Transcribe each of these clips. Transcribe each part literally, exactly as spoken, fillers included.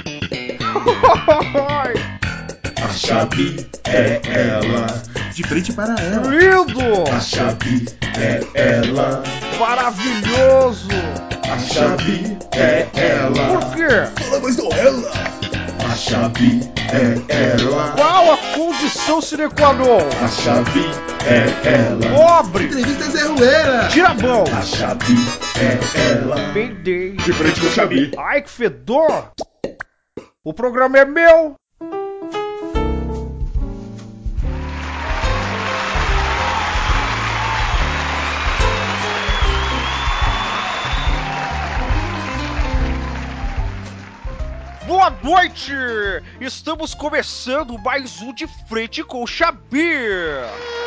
A chave é ela, de frente para ela. Lindo! A chave é ela, Maravilhoso! a chave é ela. Por quê? Fala mais não ela. A chave é ela, Qual a condição sine qua non? a chave é ela. Pobre! Entrevista Zé Ruela. Tira a mão! A chave é ela, Peidei! de frente com a chave. Ai, que fedor! O programa é meu! Boa noite! Estamos começando mais um De Frente com o Xabir!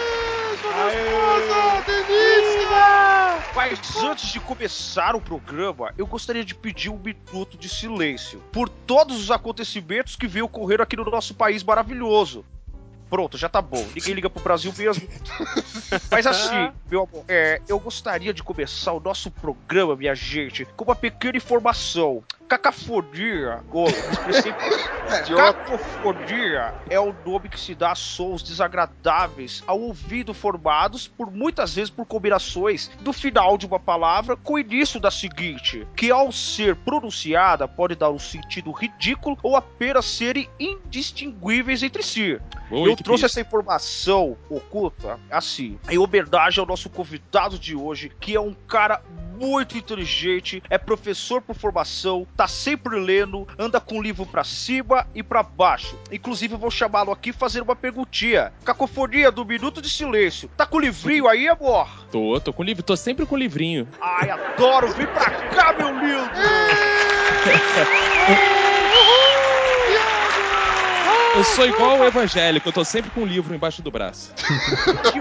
Mas antes de começar o programa, eu gostaria de pedir um minuto de silêncio por todos os acontecimentos que vêm ocorrendo aqui no nosso país maravilhoso. Pronto, já tá bom. Ninguém liga pro Brasil mesmo. Mas assim, meu amor, é, eu gostaria de começar o nosso programa, minha gente, com uma pequena informação. Cacofonia, ou expressei cacofonia é o nome que se dá a sons desagradáveis ao ouvido formados por muitas vezes por combinações do final de uma palavra com o início da seguinte, que ao ser pronunciada pode dar um sentido ridículo ou apenas serem indistinguíveis entre si. Boa, Eu trouxe essa informação oculta assim, em homenagem ao nosso convidado de hoje, que é um cara muito inteligente, é professor por formação, tá sempre lendo, anda com o livro pra cima e pra baixo. Inclusive eu vou chamá-lo aqui e fazer uma perguntinha. Cacofonia do Minuto de Silêncio. Tá com o livrinho aí, amor? Tô, tô com livro, tô sempre com livrinho. Ai, adoro, vem pra cá, meu lindo! Eu sou igual o evangélico, eu tô sempre com um livro embaixo do braço. Que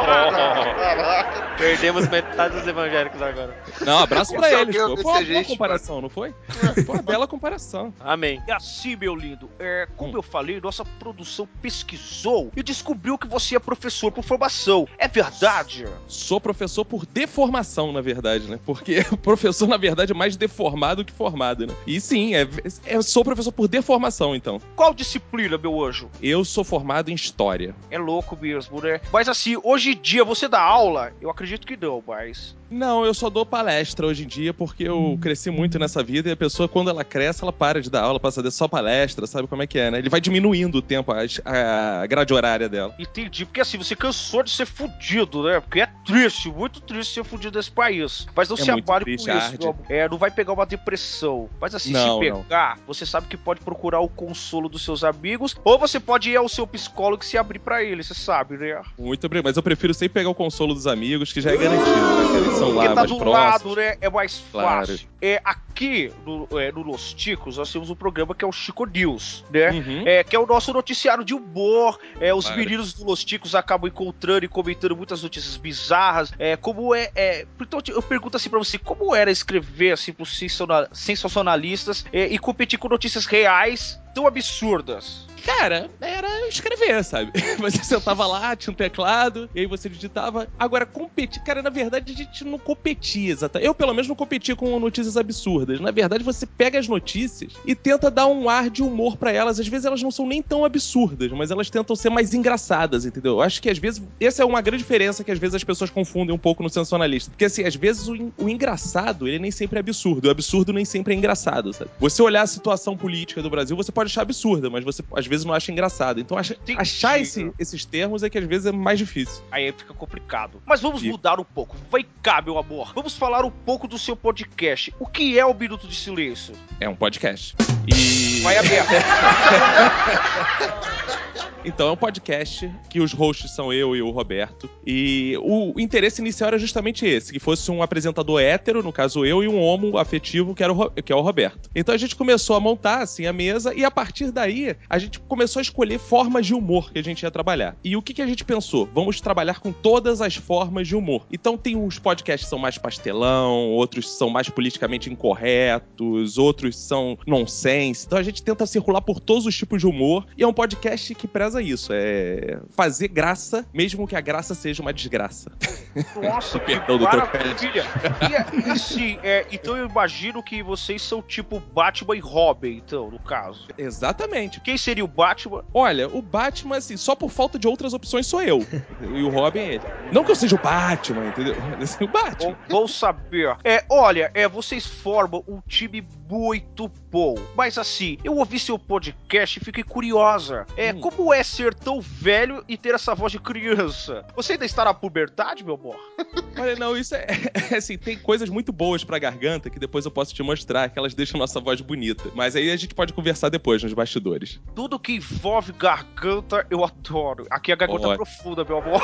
foda! Perdemos metade dos evangélicos agora. Não, abraço pra Esse eles, alguém pô. Foi uma obedece boa gente, comparação, não foi? Foi uma bela comparação. Amém. E assim, meu lindo, é, como Hum. eu falei, nossa produção pesquisou e descobriu que você é professor por formação. É verdade? Sou professor por deformação, na verdade, né? Porque o professor, na verdade, é mais deformado que formado, né? E sim, é, é, eu sou professor por deformação, então. Qual disciplina, meu anjo? Eu sou formado em História. É louco mesmo, né? Mas assim, hoje em dia você dá aula? Eu acredito que não, mas... Não, eu só dou palestra hoje em dia porque eu cresci muito nessa vida e a pessoa, quando ela cresce, ela para de dar aula, passa a dar só palestra, sabe como é que é, né? Ele vai diminuindo o tempo, a, a grade horária dela. Entendi, porque assim, você cansou de ser fudido, né? Porque é triste, muito triste ser fudido nesse país. Mas não É se muito abale triste, com isso, arde. meu amor. É, não vai pegar uma depressão. Mas assim, Não, se pegar, você sabe que pode procurar o consolo dos seus amigos, ou você pode ir ao seu psicólogo e se abrir pra ele, você sabe, né? Muito obrigado, mas eu prefiro sempre pegar o consolo dos amigos, que já é garantido, né? Que eles são lá Porque tá mais do próximos. lado, né? É mais Claro. fácil. É, aqui no, é, no Los Ticos, nós temos um programa que é o Chico News, né? Uhum. É, que é o nosso noticiário de humor. É, os Claro. meninos do Los Ticos acabam encontrando e comentando muitas notícias bizarras. É, como é, é. Então eu pergunto assim pra você: como era escrever assim pros sensacionalistas é, e competir com notícias reais tão absurdas? Cara, era escrever, sabe? Você sentava lá, tinha um teclado, e aí você digitava. Agora, competir, cara, na verdade a gente não competia, exatamente. Eu, pelo menos, não competia com notícias absurdas. Na verdade, você pega as notícias e tenta dar um ar de humor pra elas. Às vezes elas não são nem tão absurdas, mas elas tentam ser mais engraçadas, entendeu? Eu acho que às vezes, essa é uma grande diferença que às vezes as pessoas confundem um pouco no sensacionalista. Porque assim, às vezes o, o engraçado, ele nem sempre é absurdo. O absurdo nem sempre é engraçado, sabe? Você olhar a situação política do Brasil, você pode achar absurda, mas você às vezes não acha engraçado. Então acha, achar esse, esses termos é que às vezes é mais difícil. Aí fica complicado. Mas vamos E... mudar um pouco. Vem cá, meu amor. Vamos falar um pouco do seu podcast. O que é o Minuto de Silêncio? É um podcast. E... Vai aberto. Então, é um podcast que os hosts são eu e o Roberto. E o interesse inicial era justamente esse, que fosse um apresentador hétero, no caso eu, e um homo afetivo, que, era o, que é o Roberto. Então a gente começou a montar, assim, a mesa, e a partir daí, a gente começou a escolher formas de humor que a gente ia trabalhar. E o que, que a gente pensou? Vamos trabalhar com todas as formas de humor. Então tem uns podcasts que são mais pastelão, outros são mais politicamente incorretos, outros são nonsense. Então a gente tenta circular por todos os tipos de humor, e é um podcast que preza certeza isso. É fazer graça, mesmo que a graça seja uma desgraça. Nossa, que Perdão do maravilha. E, assim, é, então eu imagino que vocês são tipo Batman e Robin, então, no caso. Exatamente. Quem seria o Batman? Olha, o Batman, assim, só por falta de outras opções sou eu. E o Robin é ele. Não que eu seja o Batman, entendeu? Mas o Batman. Bom, vou saber. É, olha, é, vocês formam um time muito bom. Mas assim, eu ouvi seu podcast e fiquei curiosa. É, Hum. como é ser tão velho e ter essa voz de criança? Você ainda está na puberdade, meu amor? Olha, não, isso é, é assim, tem coisas muito boas pra garganta que depois eu posso te mostrar, que elas deixam nossa voz bonita. Mas aí a gente pode conversar depois, nos bastidores. Tudo que envolve garganta, eu adoro. Aqui a garganta Olha. profunda, meu amor.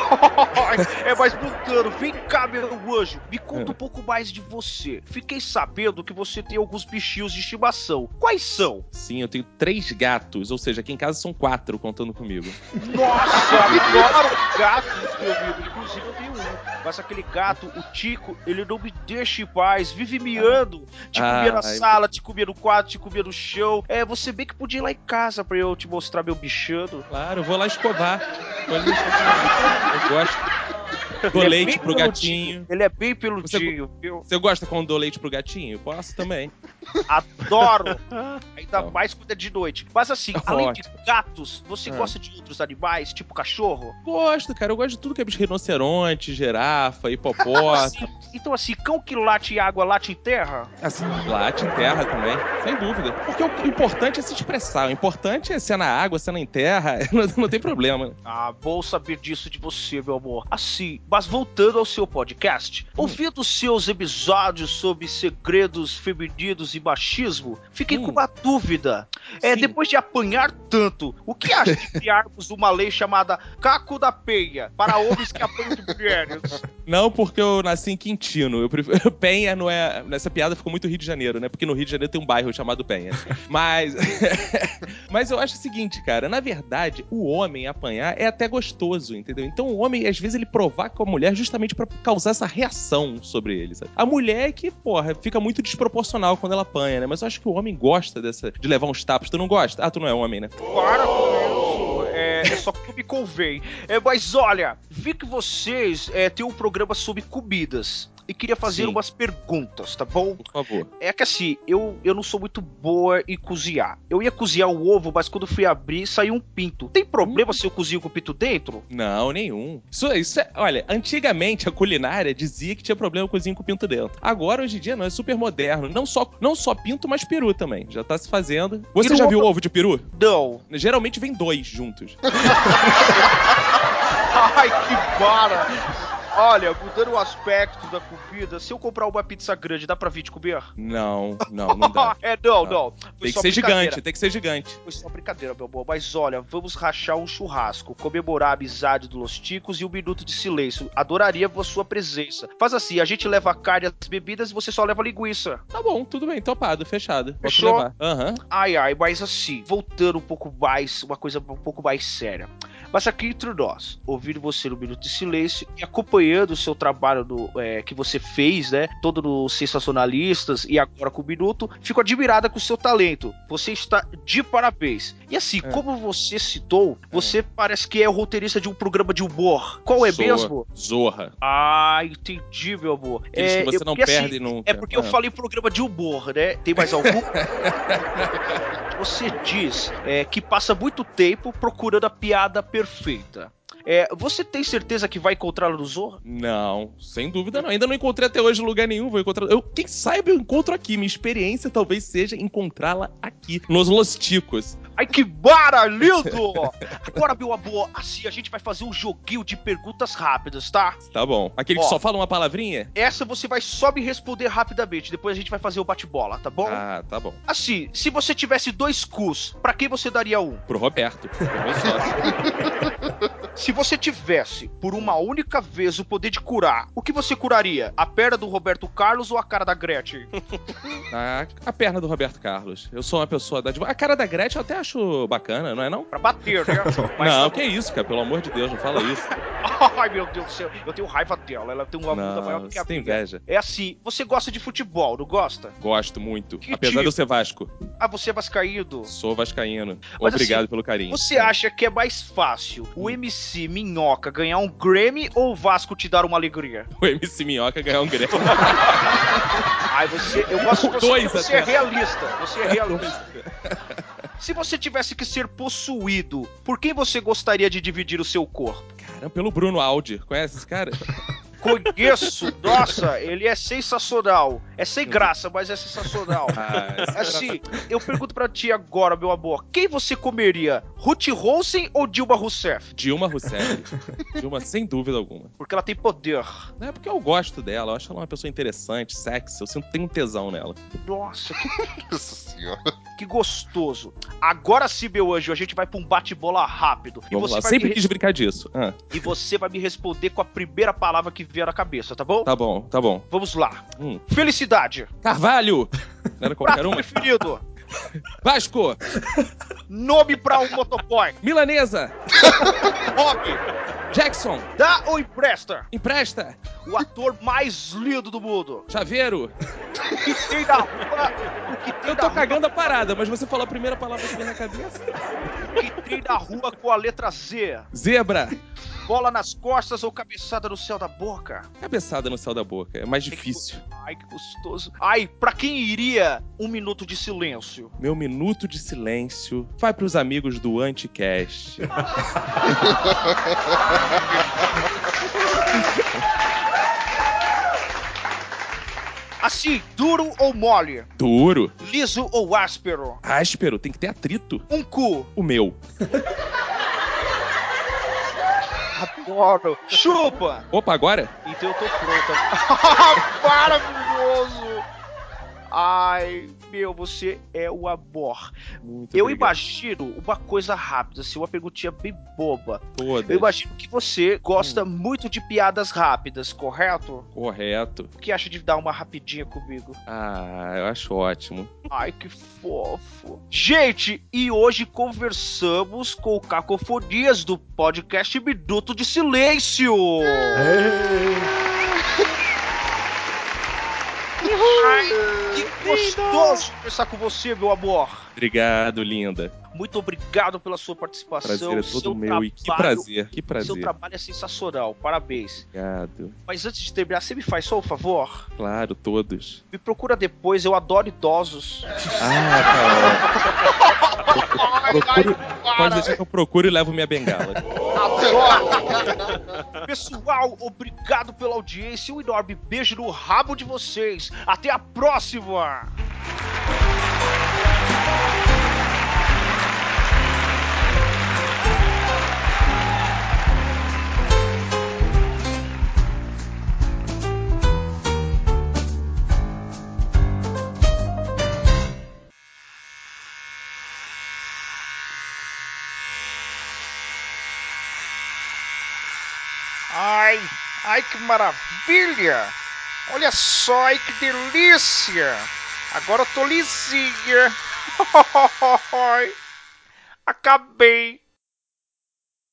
É mais mutando. Vem cá, meu anjo. Me conta um pouco mais de você. Fiquei sabendo que você tem alguns bichinhos de estimação. Quais são? Sim, eu tenho três gatos, ou seja, aqui em casa são quatro contando comigo. Nossa, adoro gatos, meu amigo. Inclusive eu tenho um. Mas aquele gato, o Tico, ele não me deixa em paz. Vive miando. Te Ah, comia na ai, sala, te comia no quarto, te comia no chão. É, você bem que podia ir lá em casa pra eu te mostrar meu bichano. Claro, eu vou lá escovar. Pode me escovar. Eu gosto. Dou Ele é leite bem pro peludinho. gatinho. Ele é bem peludinho, viu? Você gosta quando dou leite pro gatinho? Posso também. Adoro! Ainda Não. mais quando é de noite. Mas assim, Tá além ótimo. de gatos, você Ah. gosta de outros animais, tipo cachorro? Gosto, cara. Eu gosto de tudo que é bicho rinoceronte, girafa, hipopótamo. Assim, então assim, cão que late em água, late em terra? Assim, late em terra também, sem dúvida. Porque o importante é se expressar. O importante é ser na água, ser em terra. Não, não tem problema. Ah, bom saber disso de você, meu amor. Assim, mas voltando ao seu podcast, Hum. ouvindo seus episódios sobre segredos femininos e machismo, fiquei Hum. com uma dúvida. É, Sim. depois de apanhar tanto, o que acha de criarmos uma lei chamada Caco da Penha para homens que apanham de mulheres? Não porque eu nasci em Quintino. Eu prefiro... Penha não é... Nessa piada ficou muito Rio de Janeiro, né? Porque no Rio de Janeiro tem um bairro chamado Penha. Mas... Mas eu acho o seguinte, cara. Na verdade, o homem apanhar é até gostoso, entendeu? Então o homem, às vezes, ele provoca a mulher justamente pra causar essa reação sobre ele, sabe? A mulher é que, porra, fica muito desproporcional quando ela apanha, né? Mas eu acho que o homem gosta dessa... de levar uns tapas. Tu não gosta? Ah, tu não é homem, né? Para com isso. É, é só que me convém. É, mas olha, vi que vocês é, têm um programa sobre comidas. E queria fazer Sim. umas perguntas, tá bom? Por favor. É que assim, eu, eu não sou muito boa em cozinhar. Eu ia cozinhar o ovo, mas quando fui abrir, saiu um pinto. Tem problema se eu cozinho com o pinto dentro? Não, nenhum. Isso, isso é... Olha, antigamente a culinária dizia que tinha problema cozinhar com pinto dentro. Agora, hoje em dia, não. É super moderno. Não só, não só pinto, mas peru também. Já tá se fazendo. Você E já no viu ovo- ovo de peru? Não. Geralmente vem dois juntos. Ai, que bara! Olha, mudando o aspecto da comida, se eu comprar uma pizza grande, dá pra vir te comer? Não, não, não dá. É, não, Não. não. Foi Tem que só ser brincadeira. gigante, tem que ser gigante. Foi só brincadeira, meu amor. Mas olha, vamos rachar um churrasco, comemorar a amizade do Los Ticos e um minuto de silêncio. Adoraria a sua presença. Faz assim, a gente leva a carne e as bebidas e você só leva a linguiça. Tá bom, tudo bem, topado, fechado. Posso Fechou? levar. Aham. Ai, ai, mas assim, voltando um pouco mais, uma coisa um pouco mais séria. Mas aqui entre nós, ouvindo você no Minuto de Silêncio e acompanhando o seu trabalho no, é, que você fez, né? Todo no Sensacionalistas e agora com o Minuto, fico admirada com o seu talento. Você está de parabéns. E assim, É. como você citou, você parece que é o roteirista de um programa de humor. Qual é Zorra. mesmo? Zorra. Ah, entendi, meu amor. Aqueles É, que você eu- não porque, assim, perde nunca. É porque eu Ah. falei programa de humor, né? Tem mais algum? Você diz é, que passa muito tempo procurando a piada perfeita. É, você tem certeza que vai encontrá-la no Zorra? Não, sem dúvida não. Ainda não encontrei até hoje em lugar nenhum. Vou encontrar. Eu, quem saiba, eu encontro aqui. Minha experiência talvez seja encontrá-la aqui, nos Los Ticos. Ai, que barulho! Agora, meu amor, assim, a gente vai fazer um joguinho de perguntas rápidas, tá? Tá bom. Aquele Ó. que só fala uma palavrinha? Essa você vai só me responder rapidamente, depois a gente vai fazer o bate-bola, tá bom? Ah, tá bom. Assim, se você tivesse dois cus, pra quem você daria um? Pro Roberto. Pro meu sócio. Se você tivesse, por uma única vez, o poder de curar, o que você curaria? A perna do Roberto Carlos ou a cara da Gretchen? A, a perna do Roberto Carlos. Eu sou uma pessoa da... A cara da Gretchen eu até acho bacana, não é não? Pra bater, né? Mas não, tá... que isso, cara. Pelo amor de Deus, não fala isso. Ai, meu Deus do céu. Eu tenho raiva dela. Ela tem uma bunda maior do que a Você tem minha. inveja. É assim, você gosta de futebol, não gosta? Gosto muito. Que Apesar tipo? de eu ser Vasco. Ah, você é vascaíno. Sou vascaíno. Mas Obrigado assim, pelo carinho. Você acha que é mais fácil o M C Minhoca ganhar um Grammy ou o Vasco te dar uma alegria? O M C Minhoca ganhar um Grammy. Ai, você... Eu gosto de você Dois porque você é até. realista. Você é realista. Se você tivesse que ser possuído, por quem você gostaria de dividir o seu corpo? Caramba, pelo Bruno Aldi. Conhece esse cara? Conheço, nossa, ele é sensacional. É sem graça, mas é sensacional. Ah, esse Assim, eu pergunto pra ti agora, meu amor, quem você comeria? Ruth Rolsen ou Dilma Rousseff? Dilma Rousseff. Dilma, sem dúvida alguma. Porque ela tem poder. Não é porque eu gosto dela, eu acho ela uma pessoa interessante, sexy, eu sinto tenho um tesão nela. Nossa, que, Nossa senhora. que gostoso. Agora sim, meu anjo, a gente vai pra um bate-bola rápido. E Vamos você, lá, vai sempre me quis res- brincar disso. Ah, e você vai me responder com a primeira palavra que vier à cabeça, tá bom? tá bom, tá bom. Vamos lá. Hum. Felicidade. Carvalho! Não era qualquer Prato uma? preferido. Vasco! Nome pra um motoboy. Milanesa! Hobby. Jackson! Dá ou empresta? Empresta! O ator mais lindo do mundo. Chaveiro! O que tem na rua... O que tem Eu na tô rua- cagando a parada, mas você falou a primeira palavra que veio na cabeça. O que tem na rua com a letra Z? Zebra! Bola nas costas ou cabeçada no céu da boca? Cabeçada no céu da boca, é mais difícil. Ai, que gostoso. Ai, pra quem iria um minuto de silêncio? Meu minuto de silêncio vai pros amigos do Anticast. Assim, duro ou mole? Duro! Liso ou áspero? Áspero, tem que ter atrito. Um cu. O meu. Adoro. Chupa. Opa, agora? Então eu tô pronta. Maravilhoso. Ai, meu, você é o amor. Muito Eu obrigado. imagino uma coisa rápida, assim, uma perguntinha bem boba. Todas. Eu imagino que você gosta Hum. muito de piadas rápidas, correto? Correto. O que acha de dar uma rapidinha comigo? Ah, eu acho ótimo. Ai, que fofo. Gente, e hoje conversamos com o Cacofonias do podcast Minuto de Silêncio. Ai, que gostoso conversar com você, meu amor. Obrigado, linda. Muito obrigado pela sua participação. Prazer é todo Seu meu. E que trabalho- prazer, que Seu prazer. trabalho é sensacional, parabéns. Obrigado. Mas antes de terminar, você me faz só um favor? Claro, todos. Me procura depois, eu adoro idosos. Ah, tá Ai, Procure- ai, Pode para. deixar que eu procuro e levo minha bengala. Adoro. Pessoal, obrigado pela audiência. Um enorme beijo no rabo de vocês. Até a próxima. Ai, ai que maravilha! Olha só, ai que delícia! Agora eu tô lisinha. Acabei.